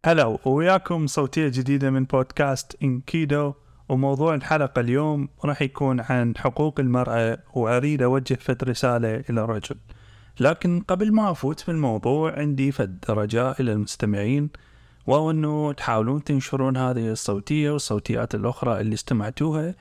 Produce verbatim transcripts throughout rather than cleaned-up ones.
هلا وياكم صوتية جديدة من بودكاست إنكيدو، وموضوع الحلقة اليوم راح يكون عن حقوق المرأة، وأريد أوجه فد رسالة إلى الرجل. لكن قبل ما أفوت في الموضوع عندي فد رجاء إلى المستمعين، وهو أنه تحاولون تنشرون هذه الصوتية والصوتيات الأخرى اللي استمعتوها.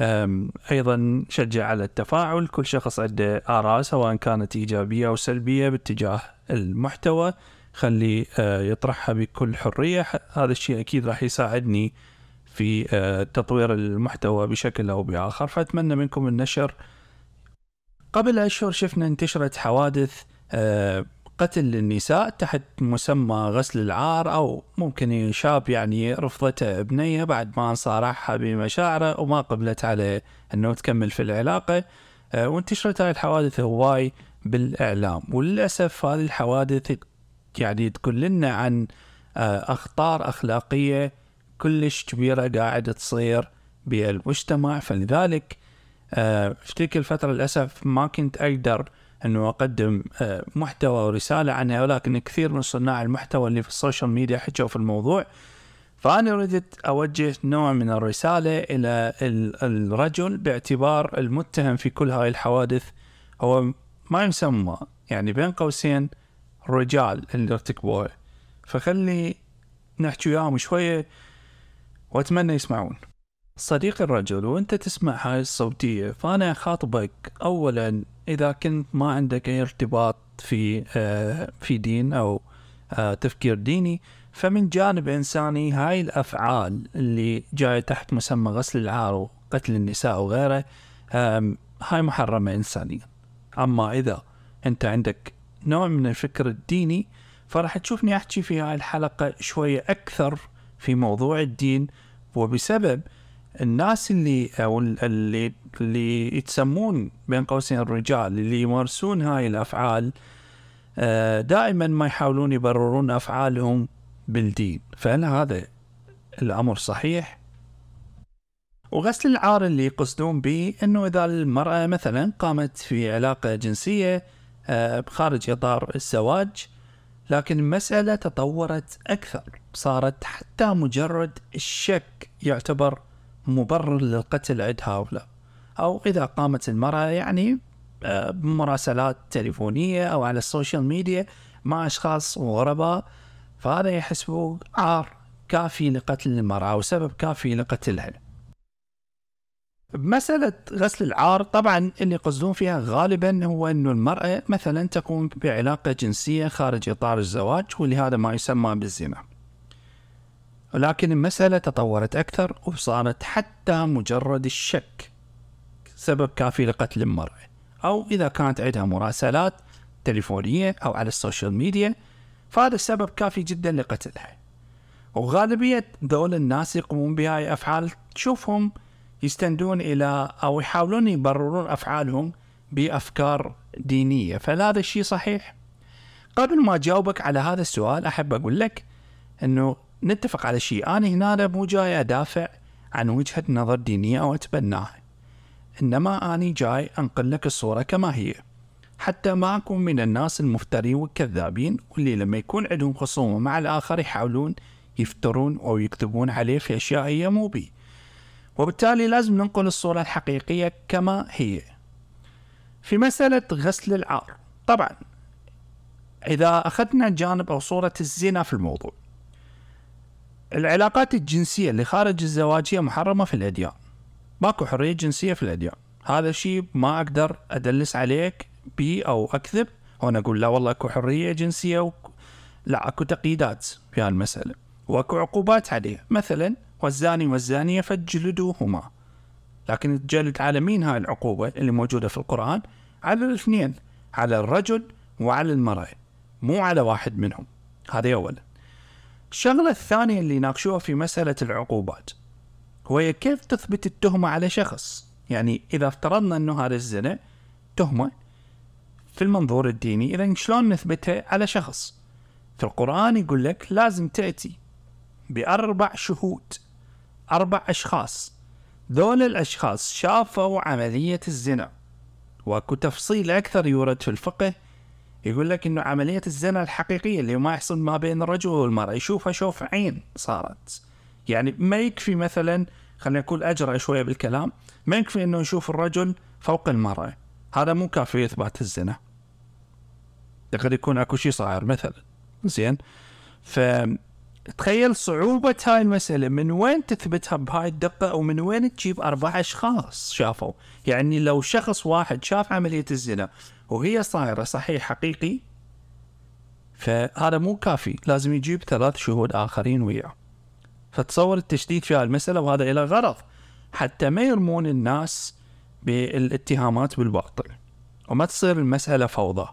أيضا شجع على التفاعل، كل شخص عنده آراء سواء كانت إيجابية أو سلبية باتجاه المحتوى، خلي يطرحها بكل حرية. هذا الشيء أكيد راح يساعدني في تطوير المحتوى بشكل أو بآخر، فأتمنى منكم النشر. قبل أشهر شفنا انتشرت حوادث قتل النساء تحت مسمى غسل العار، أو ممكن شاب يعني رفضته ابنية بعد ما صارحها بمشاعره وما قبلت عليه أنه تكمل في العلاقة. وانتشرت هذه الحوادث هواي بالإعلام، وللأسف هذه الحوادث يعني تقول لنا عن أخطار أخلاقية كلش كبيرة قاعدة تصير بالمجتمع. فلذلك في تلك الفترة للأسف ما كنت أقدر أنه أقدم محتوى ورسالة عنها، ولكن كثير من صناع المحتوى اللي في السوشيال ميديا حكوا في الموضوع. فأنا ردت أوجه نوع من الرسالة إلى الرجل، باعتبار المتهم في كل هاي الحوادث هو ما يسمى يعني بين قوسين الرجال اللي ارتكبوها. فخلي نحكي وياهم شوية وأتمنى يسمعون. صديقي الرجل، وانت تسمع هاي الصوتية، فأنا خاطبك أولا إذا كنت ما عندك أي ارتباط في آه في دين أو آه تفكير ديني، فمن جانب إنساني هاي الأفعال اللي جاية تحت مسمى غسل العار وقتل النساء وغيره هاي محرمة إنسانيا. أما إذا أنت عندك نوع من الفكر الديني، فراح تشوفني أحكي في هاي الحلقة شوية أكثر في موضوع الدين. وبسبب الناس اللي أو اللي اللي يتسمون بين قوسين الرجال اللي يمارسون هاي الأفعال دائما ما يحاولون يبررون أفعالهم بالدين. فهل هذا الأمر صحيح؟ وغسل العار اللي يقصدون به أنه إذا المرأة مثلا قامت في علاقة جنسية خارج إطار الزواج، لكن المسألة تطورت أكثر، صارت حتى مجرد الشك يعتبر مبرر للقتل عند هؤلاء. أو إذا قامت المرأة يعني بمراسلات تليفونية أو على السوشيال ميديا مع أشخاص غرباء، فهذا يحسبه عار كافي لقتل المرأة وسبب كافي لقتلها. بمسألة غسل العار طبعا اللي قصدون فيها غالبا هو أنه المرأة مثلا تقوم بعلاقة جنسية خارج إطار الزواج، ولهذا ما يسمى بالزنا. ولكن المسألة تطورت أكثر وصارت حتى مجرد الشك سبب كافي لقتل المرأة، أو إذا كانت عندها مراسلات تليفونية أو على السوشيال ميديا، فهذا السبب كافي جدا لقتلها. وغالبية دول الناس يقومون بهاي أفعال تشوفهم يستندون إلى أو يحاولون يبررون أفعالهم بأفكار دينية. فهذا الشيء صحيح؟ قبل ما أجاوبك على هذا السؤال أحب أقول لك أنه نتفق على شيء. أنا هنا مو جاي أدافع عن وجهة نظر دينية أو أتبناها، إنما أنا جاي أنقل لك الصورة كما هي، حتى ما أكون من الناس المفترين والكذابين واللي لما يكون عندهم خصومة مع الآخر يحاولون يفترون أو يكتبون عليه في أشياء هي مو بي. وبالتالي لازم ننقل الصورة الحقيقية كما هي. في مسألة غسل العار، طبعا إذا أخذنا جانب أو صورة الزنا في الموضوع، العلاقات الجنسية اللي خارج الزواج هي محرمة في الأديان، ماكو حرية جنسية في الأديان. هذا الشيء ما أقدر أدلس عليك بي أو أكذب وأنا أقول لا والله أكو حرية جنسية و... لا، أكو تقييدات في هالمسألة وأكو عقوبات عليه. مثلا والزاني والزانية فاجلدوهما، لكن تجلد على مين هاي العقوبة اللي موجودة في القرآن؟ على الاثنين، على الرجل وعلى المرأة، مو على واحد منهم. هذا أولا. الشغلة الثانية اللي ناقشوها في مسألة العقوبات هو كيف تثبت التهمة على شخص. يعني إذا افترضنا أنه هذا الزنا تهمة في المنظور الديني، إذا شلون نثبتها على شخص؟ في القرآن يقول لك لازم تأتي بأربع شهود، أربع أشخاص، ذول الأشخاص شافوا عملية الزنا. وكو تفصيل أكثر يورد في الفقه يقول لك إنه عملية الزنا الحقيقية اللي ما يحصل ما بين الرجل والمرأة يشوفها شوف عين صارت. يعني ما يكفي مثلا، خلينا نقول أجرأ شوية بالكلام، ما يكفي إنه يشوف الرجل فوق المرأة، هذا مو كافي إثبات الزنا. قد يكون أكو شيء صاير مثلا. زين، فتخيل صعوبة هاي المسألة، من وين تثبتها بهاي الدقة، أو من وين تجيب أربع أشخاص شافوا؟ يعني لو شخص واحد شاف عملية الزنا وهي صايرة صحيح حقيقي، فهذا مو كافي، لازم يجيب ثلاث شهود آخرين وياه. فتصور التشديد في هذه المسألة، وهذا إلى غرض حتى ما يرمون الناس بالاتهامات بالباطل وما تصير المسألة فوضى.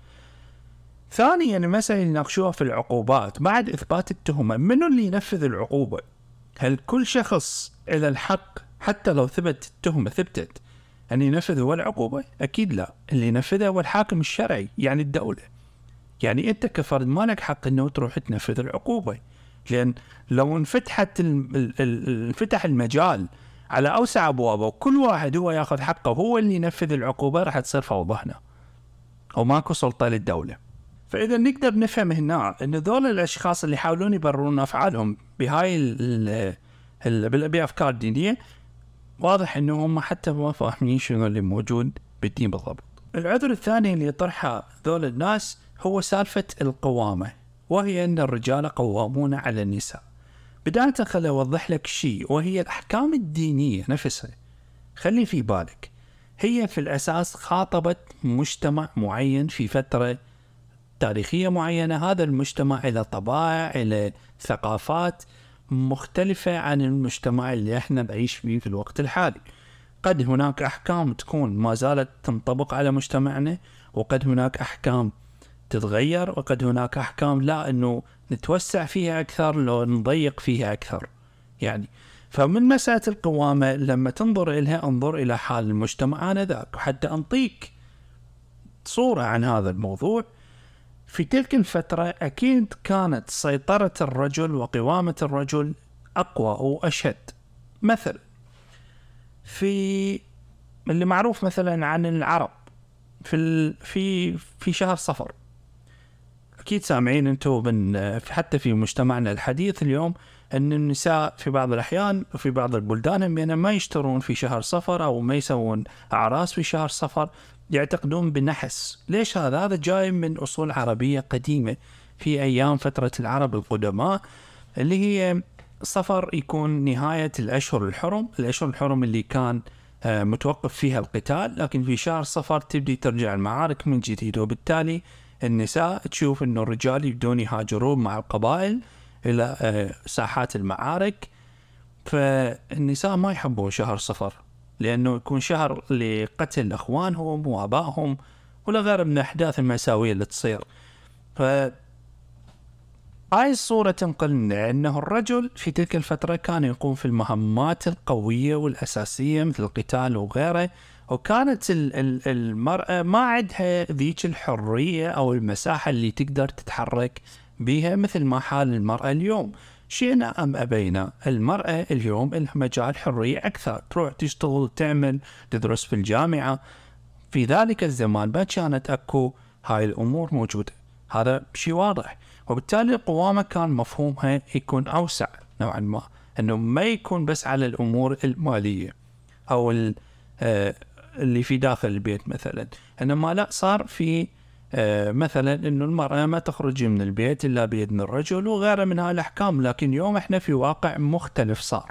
ثانيا المسألة اللي ناقشوها في العقوبات بعد إثبات التهمة، منو اللي ينفذ العقوبة؟ هل كل شخص إلى الحق حتى لو ثبت التهمة ثبتت أن ينفذ هو العقوبة؟ أكيد لا، اللي ينفذها هو الحاكم الشرعي، يعني الدولة. يعني أنت كفرد ما لك حق أنه تروح تنفذ العقوبة، لأن لو انفتحت انفتح المجال على أوسع أبوابه وكل واحد هو يأخذ حقه وهو اللي ينفذ العقوبة، راح تصير فوضى هنا وماكو سلطة للدولة. فإذا نقدر نفهم هنا أن ذول الأشخاص اللي يحاولون يبررون أفعالهم بهاي ال ال بأفكار دينية، واضح أنهم حتى ما فاهمين شنو اللي موجود بالدين بالضبط. العذر الثاني اللي يطرحه ذول الناس هو سالفة القوامة، وهي أن الرجال قوامون على النساء. بداية خلي أوضح لك شيء، وهي الأحكام الدينية نفسها. خلي في بالك هي في الأساس خاطبت مجتمع معين في فترة تاريخية معينة. هذا المجتمع إلى طبائع، إلى ثقافات مختلفة عن المجتمع اللي احنا نعيش فيه في الوقت الحالي. قد هناك أحكام تكون ما زالت تنطبق على مجتمعنا، وقد هناك أحكام تتغير، وقد هناك أحكام لا أنه نتوسع فيها أكثر لو نضيق فيها أكثر. يعني فمن مسألة القوامة لما تنظر إليها انظر إلى حال المجتمع آنذاك، وحتى أنطيك صورة عن هذا الموضوع. في تلك الفترة أكيد كانت سيطرة الرجل وقوامة الرجل أقوى وأشد. مثلا في اللي معروف مثلا عن العرب في في في شهر صفر، أكيد سامعين أنتم من حتى في مجتمعنا الحديث اليوم أن النساء في بعض الأحيان وفي بعض البلدان بأن ما يشترون في شهر صفر أو ما يسوون أعراس في شهر صفر، يعتقدون بالنحس. ليش هذا؟ هذا جاي من أصول عربية قديمة في أيام فترة العرب القدماء، اللي هي صفر يكون نهاية الأشهر الحرم، الأشهر الحرم اللي كان متوقف فيها القتال، لكن في شهر صفر تبدي ترجع المعارك من جديد، وبالتالي النساء تشوف أنه الرجال يبدون يهاجرون مع القبائل إلى ساحات المعارك. فالنساء ما يحبون شهر صفر لأنه يكون شهر لقتل أخوانهم وآبائهم ولا غير من الأحداث المأساوية اللي تصير. فهاي الصورة تنقلنا أنه الرجل في تلك الفترة كان يقوم في المهمات القوية والأساسية مثل القتال وغيره، وكانت المرأة ما عندها ذيك الحرية أو المساحة اللي تقدر تتحرك بها مثل ما حال المرأة اليوم. شئنا أم أبينا المرأة اليوم لها مجال حرية أكثر، تروح تشتغل، تعمل، تدرس في الجامعة. في ذلك الزمان ما كانت أكو هاي الأمور موجودة، هذا شيء واضح. وبالتالي القوامة كان مفهومها يكون أوسع نوعا ما، أنه ما يكون بس على الأمور المالية أو اللي في داخل البيت مثلا، إنما لا، صار في مثلا إنه المرأة ما تخرج من البيت إلا بإذن الرجل وغيره من هاي الأحكام. لكن يوم إحنا في واقع مختلف، صار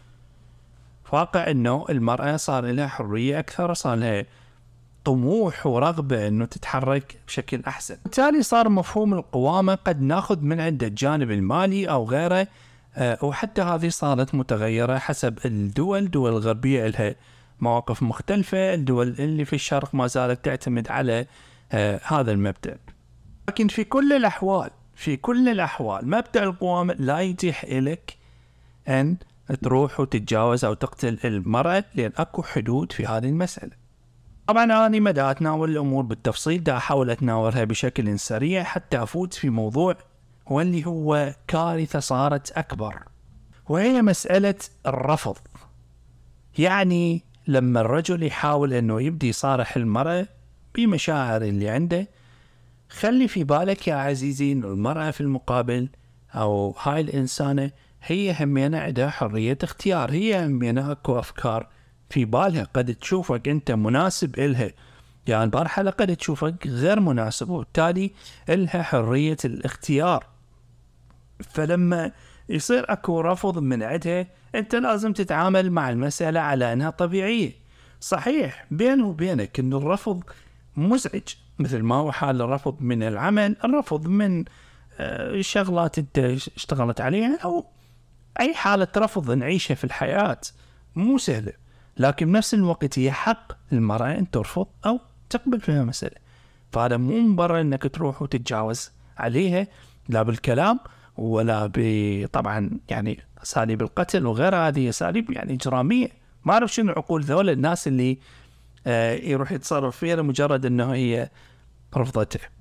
واقع إنه المرأة صار لها حرية أكثر، صار لها طموح ورغبة إنه تتحرك بشكل أحسن. بالتالي صار مفهوم القوامة قد ناخذ من عند الجانب المالي أو غيره، وحتى هذه صارت متغيرة حسب الدول. دول الغربية لها مواقف مختلفة، الدول اللي في الشرق ما زالت تعتمد على آه هذا المبدأ. لكن في كل الأحوال في كل الأحوال مبدأ القوامة لا يتيح لك أن تروح وتتجاوز أو تقتل المرأة، لأن أكو حدود في هذه المسألة. طبعا أنا ما دا أتناول الأمور بالتفصيل، دا أحاول أتناولها بشكل سريع حتى أفوت في موضوع واللي هو كارثة صارت أكبر، وهي مسألة الرفض. يعني لما الرجل يحاول أنه يبدي يصارح المرأة بمشاعر اللي عنده خلي في بالك يا عزيزي إنه المرأة في المقابل أو هاي الإنسانة هي همينة عندها حرية اختيار، هي همينة أكو أفكار في بالها قد تشوفك أنت مناسب إلها، يعني البارحة قد تشوفك غير مناسب، وبالتالي إلها حرية الاختيار. فلما يصير أكو رفض من عندها أنت لازم تتعامل مع المسألة على أنها طبيعية. صحيح بينه وبينك أنه الرفض مزعج، مثل ما هو حال الرفض من العمل، الرفض من شغلات أنت اشتغلت عليها، أو أي حالة رفض نعيشها في الحياة مو سهلة، لكن بنفس الوقت هي حق المرأة أن ترفض أو تقبل فيها مسألة. فهذا مو مبرر أنك تروح وتتجاوز عليها، لا بالكلام ولا طبعا يعني أساليب القتل وغير هذه أساليب يعني إجرامية. ما أعرف شنو عقول ذول الناس اللي آه يروح يتصرف فيها لمجرد أنه هي رفضته.